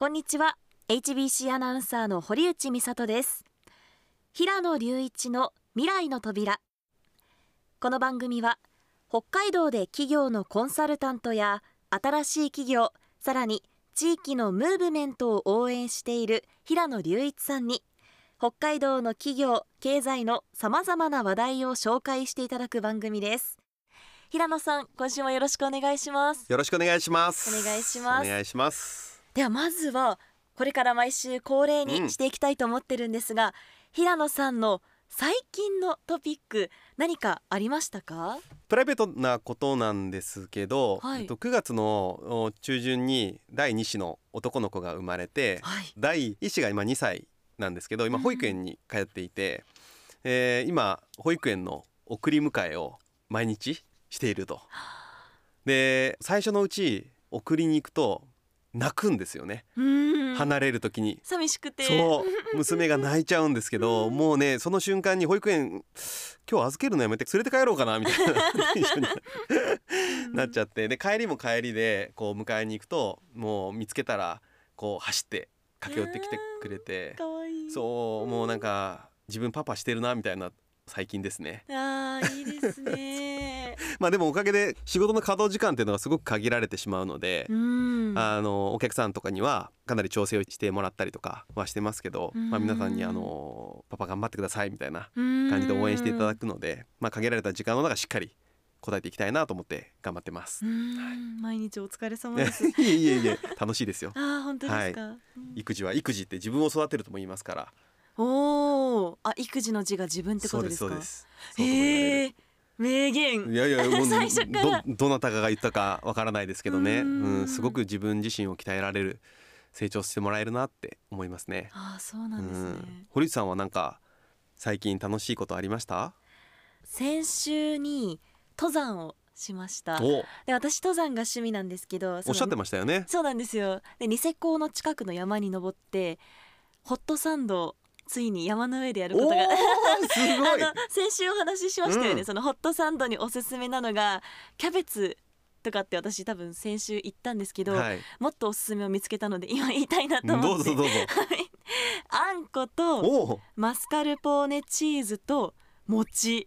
こんにちは。 HBC アナウンサーの堀内美里です。平野隆一の未来の扉。この番組は北海道で企業のコンサルタントや新しい企業、さらに地域のムーブメントを応援している平野隆一さんに北海道の企業経済のさまざまな話題を紹介していただく番組です。平野さん、今週もよろしくお願いします。 よろしくお願いします。 お願いします。 お願いします。 ではまずはこれから毎週恒例にしていきたいと思ってるんですが、平野さんの最近のトピック何かありましたか？ プライベートなことなんですけど、9月の中旬に第2子の男の子が生まれて、第1子が今2歳なんですけど、今保育園に通っていて、今保育園の送り迎えを毎日していると。で、最初のうち送りに行くと泣くんですよね。離れる時に寂しくて、 そう娘が泣いちゃうんですけどもうね、その瞬間に保育園今日預けるのやめて連れて帰ろうかなみたいな一緒になっちゃって、で帰りも帰りでこう迎えに行くと、もう見つけたらこう走って駆け寄ってきてくれて、 かわいい。 そう、もうなんか自分パパしてるなみたいな最近ですね。 いいですねまあでもおかげで仕事の稼働時間っていうのがすごく限られてしまうので、お客さんとかにはかなり調整をしてもらったりとかはしてますけど、皆さんにパパ頑張ってくださいみたいな感じで応援していただくので、限られた時間の中しっかり答えていきたいなと思って頑張ってます。 毎日お疲れ様です。 いえ楽しいですよ。 本当ですか？ 育児は育児って自分を育てるとも言いますから。 育児の字が自分ってことですか？ そうです。 名言。 いやもう最初からどなたかが言ったかわからないですけどね、すごく自分自身を鍛えられる、成長してもらえるなって思いますね。 そうなんですね。 堀内さんはなんか最近楽しいことありました？ 先週に登山をしました。で、私登山が趣味なんですけど、 おっしゃってましたよね。 そうなんですよ。で、ニセコの近くの山に登ってホットサンドをついに山の上でやることがすごい先週お話ししましたよね、そのホットサンドにおすすめなのがキャベツとかって私多分先週言ったんですけど、もっとおすすめを見つけたので今言いたいなと思って。 どうぞあんことマスカルポーネチーズと餅、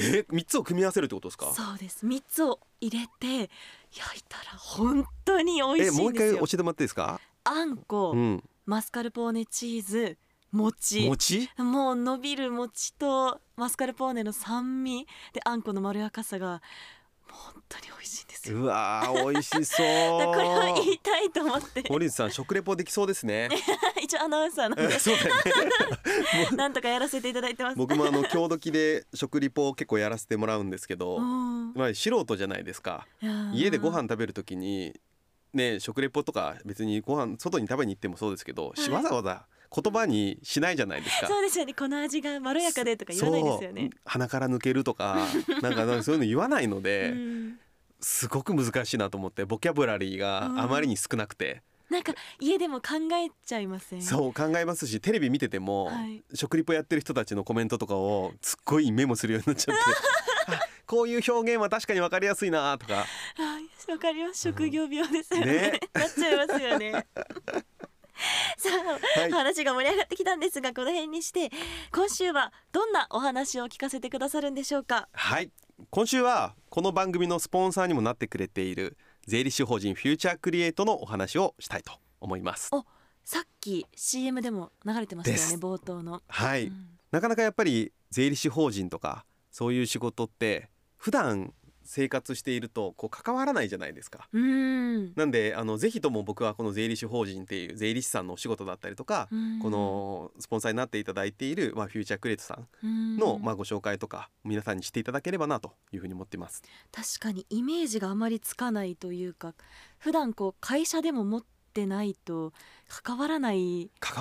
3つを組み合わせるってことですか？ そうです。3つを入れて焼いたら本当に美味しいんですよ。 もう一回教えてもらっていいですか？ あんこ、マスカルポーネチーズ、餅、もう伸びる餅とマスカルポーネの酸味であんこのまろやかさが本当に美味しいんですよ。 うわー、美味しそうこれは言いたいと思って堀内さん食レポできそうですね一応アナウンサーなんでそうだよねなんとかやらせていただいてます。 僕も郷土記で食リポを結構やらせてもらうんですけど、素人じゃないですか。家でご飯食べるときにね、食レポとか別にご飯外に食べに行ってもそうですけど、わざわざ言葉にしないじゃないですか。 そうですよね。この味がまろやかでとか言わないですよね。 鼻から抜けるとかなんかそういうの言わないので、すごく難しいなと思って、ボキャブラリーがあまりに少なくて、 なんか家でも考えちゃいません？ そう考えますし、テレビ見てても、食リポやってる人たちのコメントとかをすっごいメモするようになっちゃってこういう表現は確かに分かりやすいなとか。 分かります。職業病ですよね、なっちゃいますよねさあ、話が盛り上がってきたんですが、この辺にして今週はどんなお話を聞かせてくださるんでしょうか？ 今週はこの番組のスポンサーにもなってくれている税理士法人フューチャークリエイトのお話をしたいと思います。 さっき CM でも流れてましたよね、冒頭の。 なかなかやっぱり税理士法人とかそういう仕事って普段生活していると関わらないじゃないですか。なんでぜひとも僕はこの税理士法人っていう税理士さんのお仕事だったりとか、このスポンサーになっていただいている、フューチャークリエイトさんの、ご紹介とか皆さんにしていただければなというふうに思っています。 確かにイメージがあまりつかないというか、普段会社でも持ってないと関わらない、 普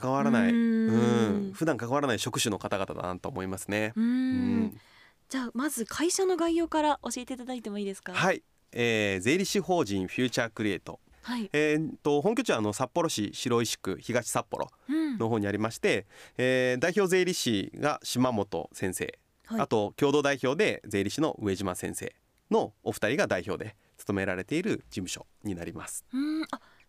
段関わらない職種の方々だなと思いますね。 じゃあまず会社の概要から教えていただいてもいいですか？ 税理士法人フューチャークリエイト、本拠地は札幌市白石区東札幌の方にありまして、代表税理士が島本先生、あと共同代表で税理士の上島先生のお二人が代表で務められている事務所になります。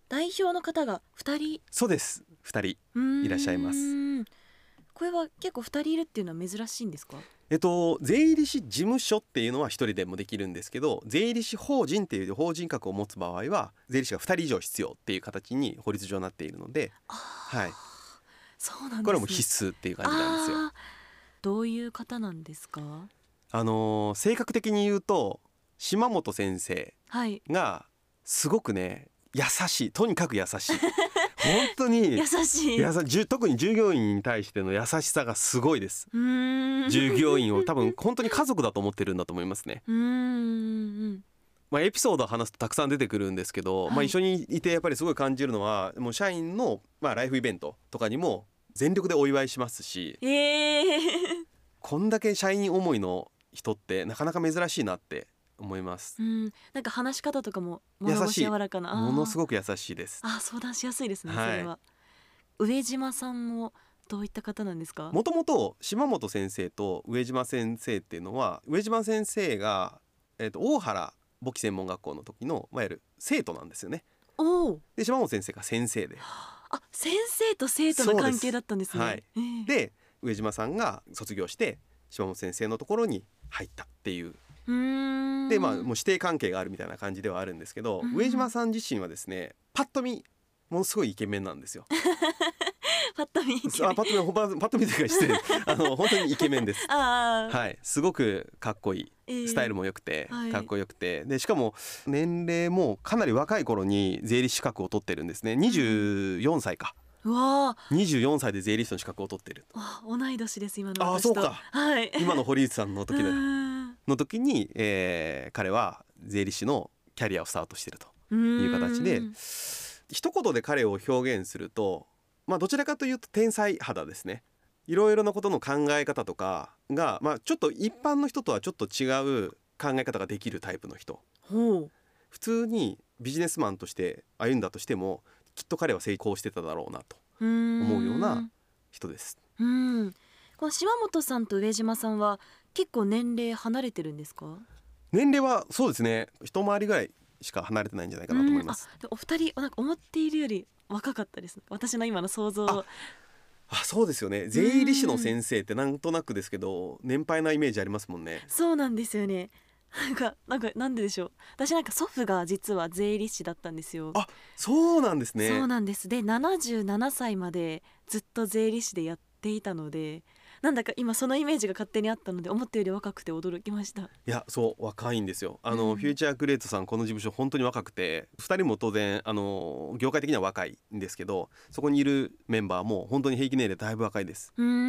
代表の方が2人。 そうです、2人いらっしゃいます。 これは結構2人いるっていうのは珍しいんですか？ 税理士事務所っていうのは1人でもできるんですけど、税理士法人っていう法人格を持つ場合は税理士が2人以上必要っていう形に法律上なっているので、はい、 そうなんですね。 これも必須っていう感じなんですよ。 どういう方なんですか？ 性格的に言うと島本先生がすごくね、優しい、とにかく優しい本当に優しい。 特に従業員に対しての優しさがすごいです。従業員を多分本当に家族だと思ってるんだと思いますね。エピソードを話すとたくさん出てくるんですけど、一緒にいてやっぱりすごい感じるのは、もう社員の、ライフイベントとかにも全力でお祝いしますし、こんだけ社員思いの人ってなかなか珍しいなって思います。 なんか話し方とかも物腰柔らかな、 ものすごく優しいです。 相談しやすいですね、それは。上島さんもどういった方なんですか？ もともと島本先生と上島先生っていうのは、上島先生が、大原簿記専門学校の時のいわゆる生徒なんですよね。で島本先生が先生で、 先生と生徒の関係だったんですね。 で上島さんが卒業して島本先生のところに入ったっていう。でもう師弟関係があるみたいな感じではあるんですけど、上島さん自身はですね、パッと見ものすごいイケメンなんですよ。 パッと見イケメン。 パッと見というか失礼本当にイケメンです。すごくかっこいい、スタイルも良くてかっこよくて、でしかも年齢もかなり若い頃に税理士資格を取ってるんですね。24歳か。24歳で税理士の資格を取ってる。 同い年です、今の私と。 そうか、今の堀内さんの時に、彼は税理士のキャリアをスタートしているという形で、一言で彼を表現すると、どちらかというと天才肌ですね。いろいろなことの考え方とかが、ちょっと一般の人とはちょっと違う考え方ができるタイプの人。普通にビジネスマンとして歩んだとしてもきっと彼は成功してただろうなと思うような人です。 この島本さんと上島さんは結構年齢離れてるんですか？ 年齢はそうですね、一回りぐらいしか離れてないんじゃないかなと思います。 お二人なんか思っているより若かったです、私の今の想像。 そうですよね。税理士の先生ってなんとなくですけど年配なイメージありますもんね。 そうなんですよね。なんででしょう。私なんか祖父が実は税理士だったんですよ。 そうなんですね。 そうなんです。で77歳までずっと税理士でやっていたので、なんだか今そのイメージが勝手にあったので、思ったより若くて驚きました。 いや、そう若いんですよ。フューチャークレートさん、この事務所本当に若くて、2人も当然業界的には若いんですけど、そこにいるメンバーも本当に平均年齢だいぶ若いです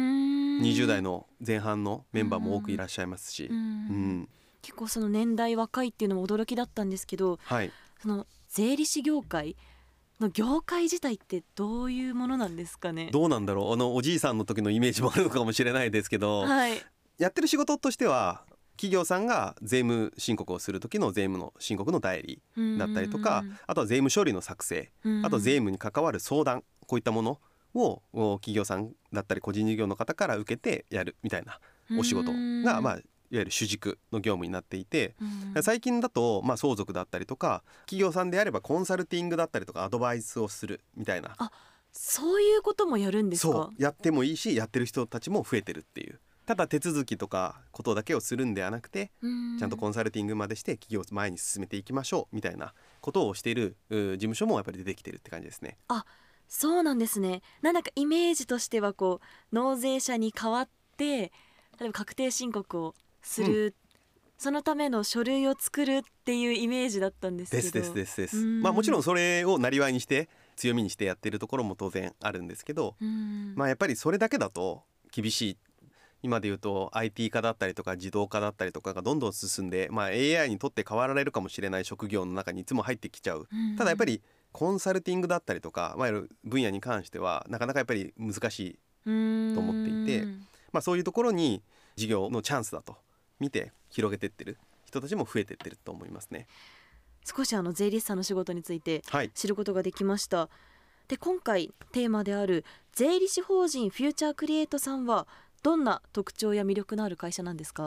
。20代の前半のメンバーも多くいらっしゃいますし、 結構その年代若いっていうのも驚きだったんですけど、その税理士業界の業界自体ってどういうものなんですかね。 どうなんだろう。おじいさんの時のイメージもあるのかもしれないですけど、やってる仕事としては企業さんが税務申告をする時の税務の申告の代理だったりとか、あとは税務処理の作成、あと税務に関わる相談、こういったものを企業さんだったり個人事業の方から受けてやるみたいなお仕事が、いわゆる主軸の業務になっていて、最近だと相続だったりとか、企業さんであればコンサルティングだったりとかアドバイスをするみたいな。 そういうこともやるんですか？ そうやってもいいし、やってる人たちも増えてるっていう。ただ手続きとかことだけをするんではなくて、ちゃんとコンサルティングまでして企業を前に進めていきましょうみたいなことをしている事務所もやっぱり出てきてるって感じですね。 そうなんですね。なんだかイメージとしては納税者に代わって例えば確定申告をする、そのための書類を作るっていうイメージだったんですけど。 です。もちろんそれをなりわいにして強みにしてやってるところも当然あるんですけど、やっぱりそれだけだと厳しい。今でいうと IT 化だったりとか自動化だったりとかがどんどん進んで、AI にとって変わられるかもしれない職業の中にいつも入ってきちゃう。ただやっぱりコンサルティングだったりとか、分野に関してはなかなかやっぱり難しいと思っていて、そういうところに事業のチャンスだと見て広げていってる人たちも増えていってると思いますね。 少し税理士さんの仕事について知ることができました。で、今回テーマである税理士法人フューチャークリエイトさんはどんな特徴や魅力のある会社なんですか？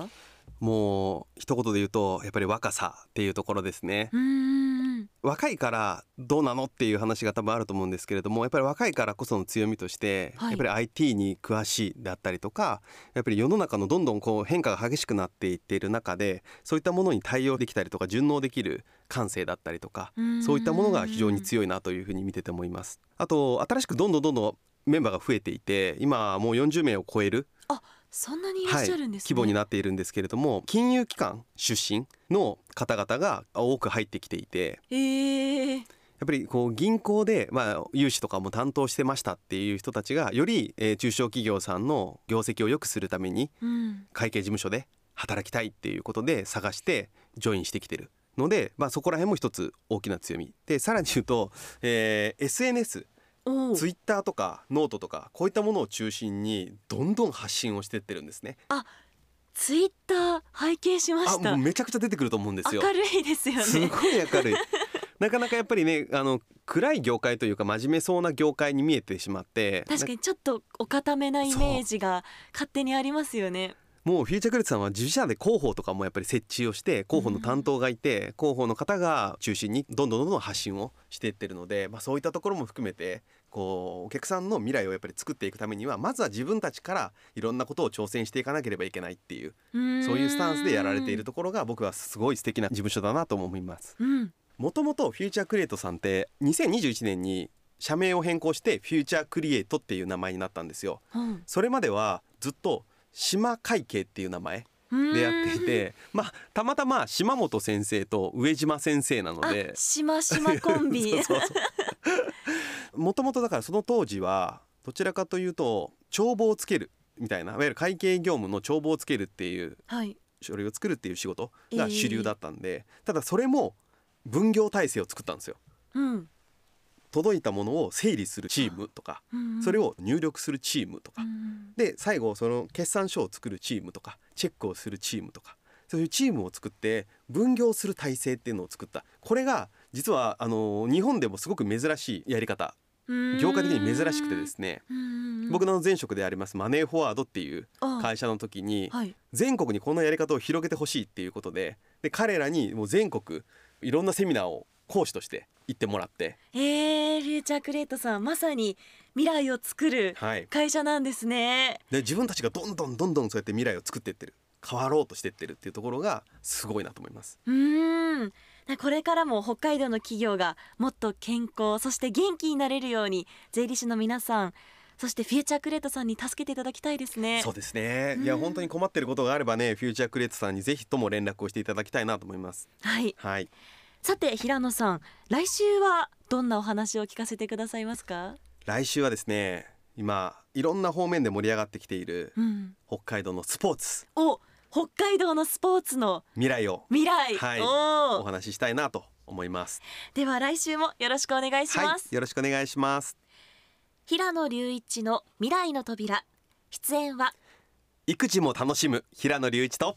もう一言で言うとやっぱり若さっていうところですね。若いからどうなのっていう話が多分あると思うんですけれども、やっぱり若いからこその強みとして、やっぱり IT に詳しいであったりとか、やっぱり世の中のどんどんこう変化が激しくなっていっている中で、そういったものに対応できたりとか順応できる感性だったりとか、そういったものが非常に強いなというふうに見てて思います。あと新しくどんどんメンバーが増えていて、今もう40名を超える、 そんなにいらっしゃるんですね。 規模になっているんですけれども、金融機関出身の方々が多く入ってきていて、やっぱりこう銀行で融資とかも担当してましたっていう人たちがより中小企業さんの業績を良くするために会計事務所で働きたいっていうことで探してジョインしてきてるので、そこら辺も一つ大きな強みで、さらに言うと、SNSツイッターとかノートとかこういったものを中心にどんどん発信をしてってるんですね。 ツイッター拝見しました。 もうめちゃくちゃ出てくると思うんですよ。 明るいですよね。 すごい明るいなかなかやっぱりね、暗い業界というか真面目そうな業界に見えてしまって、 確かにちょっとお堅めなイメージが勝手にありますよね。 もうフューチャークレートさんは自社で広報とかもやっぱり設置をして、広報の担当がいて、広報の方が中心にどんどん発信をしていってるので、そういったところも含めてこうお客さんの未来をやっぱり作っていくためには、まずは自分たちからいろんなことを挑戦していかなければいけないっていう、そういうスタンスでやられているところが僕はすごい素敵な事務所だなと思います。もともとフューチャークリエイトさんって2021年に社名を変更してフューチャークリエイトっていう名前になったんですよ。それまではずっと島会計っていう名前でやっていて、たまたま島本先生と上島先生なので島コンビもともとだからその当時はどちらかというと帳簿をつけるみたいな、いわゆる会計業務の帳簿をつけるっていう、書類を作るっていう仕事が主流だったんで、ただそれも分業体制を作ったんですよ。届いたものを整理するチームとか、それを入力するチームとか、で最後その決算書を作るチームとかチェックをするチームとか、そういうチームを作って分業する体制っていうのを作った。これが実は日本でもすごく珍しいやり方、業界的に珍しくてですね、僕の前職でありますマネーフォワードっていう会社の時に、全国にこのやり方を広げてほしいっていうことで、彼らにもう全国いろんなセミナーを講師として行ってもらって、 フューチャークリエイトさんまさに未来を作る会社なんですね。 で自分たちがどんどんそうやって未来を作っていってる、変わろうとしていってるっていうところがすごいなと思います。 これからも北海道の企業がもっと健康、そして元気になれるように税理士の皆さん、そしてフューチャークリエイトさんに助けていただきたいですね。 そうですね、いや本当に困っていることがあればね、フューチャークリエイトさんにぜひとも連絡をしていただきたいなと思います。さて平野さん、来週はどんなお話を聞かせてくださいますか？ 来週はですね、今いろんな方面で盛り上がってきている、北海道のスポーツ、 北海道のスポーツの未来、 お話ししたいなと思います。 では来週もよろしくお願いします。 よろしくお願いします。 平野隆一の未来の扉、出演は育児も楽しむ平野隆一と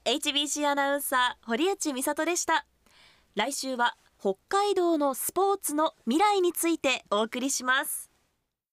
HBC アナウンサー堀内美里でした。来週は北海道のスポーツの未来についてお送りします。